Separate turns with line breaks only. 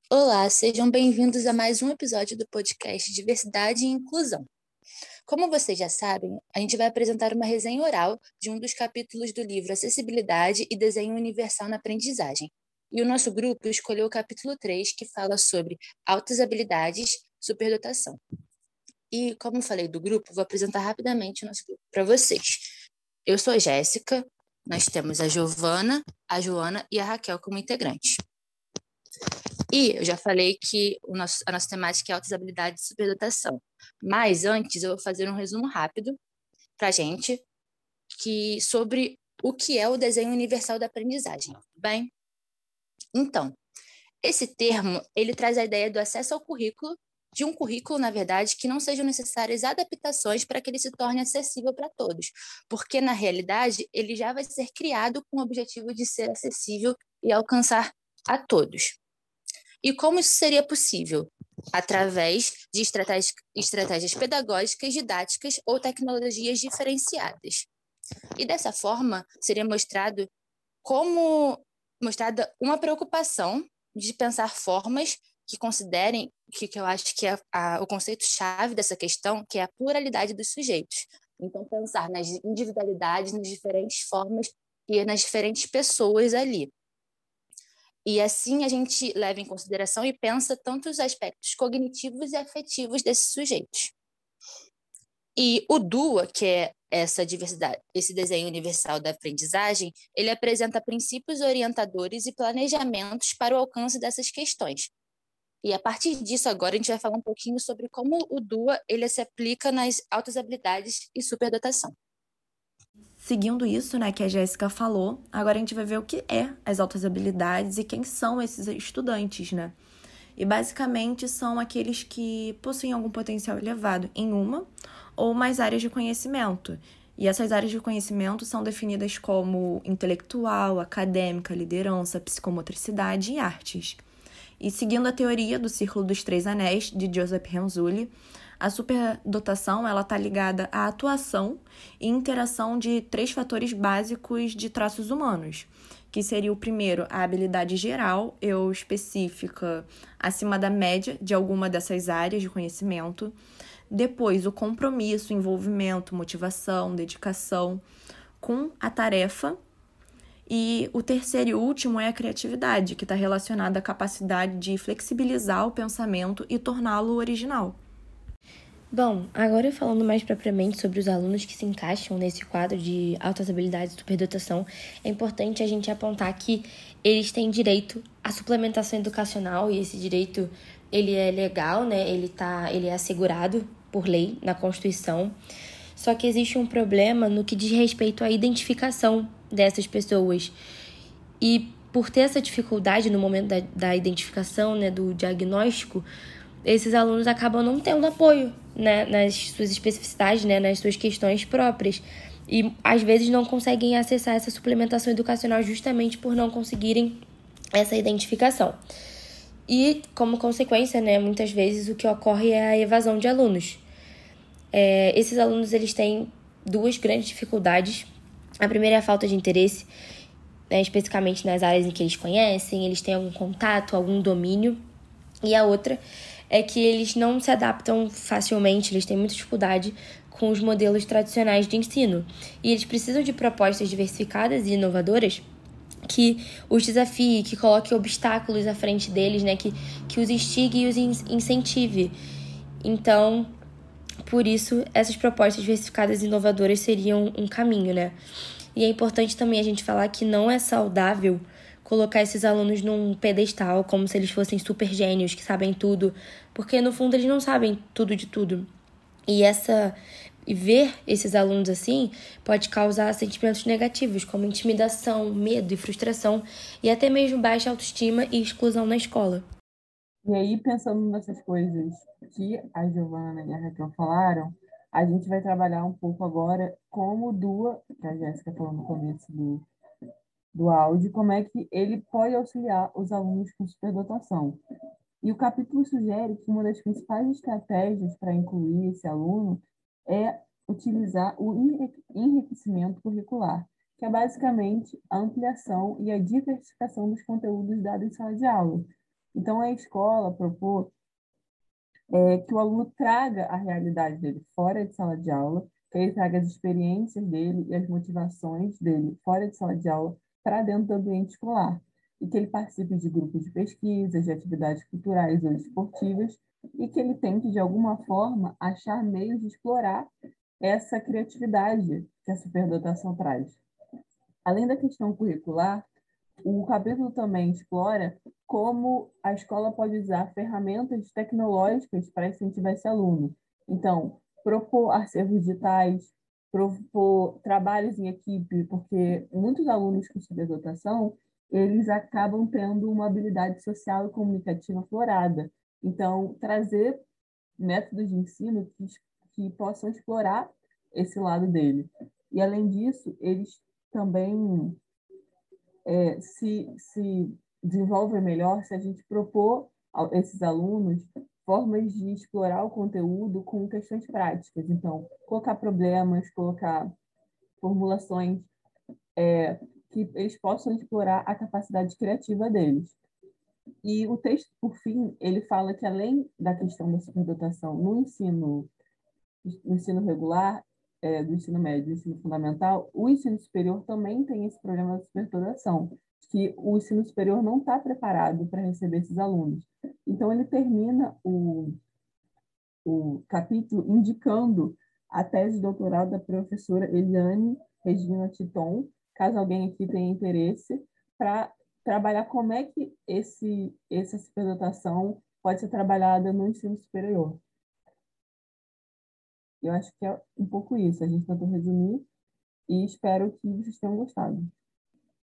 Olá, sejam bem-vindos a mais um episódio do podcast Diversidade e Inclusão. Como vocês já sabem, a gente vai apresentar uma resenha oral de um dos capítulos do livro Acessibilidade e Desenho Universal na Aprendizagem. E o nosso grupo escolheu o capítulo 3, que fala sobre altas habilidades, superdotação. E, como falei do grupo, vou apresentar rapidamente o nosso grupo para vocês. Eu sou a Jéssica, nós temos a Giovana, a Joana e a Raquel como integrantes. E eu já falei que a nossa temática é altas habilidades e superdotação. Mas antes eu vou fazer um resumo rápido para a gente sobre o que é o desenho universal da aprendizagem. Bem, então, esse termo ele traz a ideia do acesso ao currículo, de um currículo, na verdade, que não sejam necessárias adaptações para que ele se torne acessível para todos, porque, na realidade, ele já vai ser criado com o objetivo de ser acessível e alcançar a todos. E como isso seria possível? Através de estratégias pedagógicas, didáticas ou tecnologias diferenciadas. E dessa forma, seria mostrada uma preocupação de pensar formas que considerem, que eu acho que é o conceito-chave dessa questão, que é a pluralidade dos sujeitos. Então, pensar nas individualidades, nas diferentes formas e nas diferentes pessoas ali. E assim a gente leva em consideração e pensa tanto os aspectos cognitivos e afetivos desses sujeitos. E o DUA, que é essa diversidade, esse desenho universal da aprendizagem, ele apresenta princípios orientadores e planejamentos para o alcance dessas questões. E a partir disso, agora a gente vai falar um pouquinho sobre como o DUA ele se aplica nas altas habilidades e superdotação.
Seguindo isso, né, que a Jéssica falou, agora a gente vai ver o que é as altas habilidades e quem são esses estudantes, né? E basicamente são aqueles que possuem algum potencial elevado em uma ou mais áreas de conhecimento. E essas áreas de conhecimento são definidas como intelectual, acadêmica, liderança, psicomotricidade e artes. E seguindo a teoria do Círculo dos Três Anéis, de Joseph Renzulli, a superdotação está ligada à atuação e interação de três fatores básicos de traços humanos, que seria o primeiro, a habilidade geral ou específica acima da média de alguma dessas áreas de conhecimento. Depois, o compromisso, envolvimento, motivação, dedicação com a tarefa. E o terceiro e último é a criatividade, que está relacionada à capacidade de flexibilizar o pensamento e torná-lo original.
Bom, agora falando mais propriamente sobre os alunos que se encaixam nesse quadro de altas habilidades e superdotação, é importante a gente apontar que eles têm direito à suplementação educacional e esse direito ele é legal, né? Ele é assegurado por lei na Constituição. Só que existe um problema no que diz respeito à identificação dessas pessoas. E por ter essa dificuldade no momento da identificação, né, do diagnóstico, esses alunos acabam não tendo apoio, né, nas suas especificidades, né, nas suas questões próprias. E, às vezes, não conseguem acessar essa suplementação educacional justamente por não conseguirem essa identificação. E, como consequência, né, muitas vezes o que ocorre é a evasão de alunos. Esses alunos eles têm duas grandes dificuldades. A primeira é a falta de interesse, né, especificamente nas áreas em que eles conhecem, eles têm algum contato, algum domínio. E a outra é que eles não se adaptam facilmente, eles têm muita dificuldade com os modelos tradicionais de ensino. E eles precisam de propostas diversificadas e inovadoras que os desafie, que coloque obstáculos à frente deles, né? Que os instigue e os incentive. Então, por isso, essas propostas diversificadas e inovadoras seriam um caminho, né? E é importante também a gente falar que não é saudável colocar esses alunos num pedestal, como se eles fossem super gênios que sabem tudo, porque no fundo eles não sabem tudo de tudo. E ver esses alunos assim pode causar sentimentos negativos, como intimidação, medo e frustração, e até mesmo baixa autoestima e exclusão na escola.
E aí, pensando nessas coisas que a Giovana e a Raquel falaram, a gente vai trabalhar um pouco agora como o DUA, que a Jéssica falou no começo do áudio, como é que ele pode auxiliar os alunos com superdotação. E o capítulo sugere que uma das principais estratégias para incluir esse aluno é utilizar o enriquecimento curricular, que é basicamente a ampliação e a diversificação dos conteúdos dados em sala de aula. Então, a escola propôs que o aluno traga a realidade dele fora de sala de aula, que ele traga as experiências dele e as motivações dele fora de sala de aula para dentro do ambiente escolar, e que ele participe de grupos de pesquisa, de atividades culturais ou esportivas, e que ele tente, de alguma forma, achar meios de explorar essa criatividade que a superdotação traz. Além da questão curricular, o capítulo também explora como a escola pode usar ferramentas tecnológicas para incentivar esse aluno. Então, propor acervos digitais, propor trabalhos em equipe, porque muitos alunos com superdotação, eles acabam tendo uma habilidade social e comunicativa aflorada. Então, trazer métodos de ensino que possam explorar esse lado dele. E, além disso, eles também se desenvolve melhor se a gente propor a esses alunos formas de explorar o conteúdo com questões práticas. Então, colocar problemas, colocar formulações que eles possam explorar a capacidade criativa deles. E o texto, por fim, ele fala que, além da questão da superdotação no ensino regular, do ensino médio, do ensino fundamental, o ensino superior também tem esse problema de superdotação, que o ensino superior não está preparado para receber esses alunos. Então, ele termina o capítulo indicando a tese de doutorado da professora Eliane Regina Titon, caso alguém aqui tenha interesse, para trabalhar como é que essa superdotação pode ser trabalhada no ensino superior. Eu acho que é um pouco isso. A gente tentou resumir e espero que vocês tenham gostado.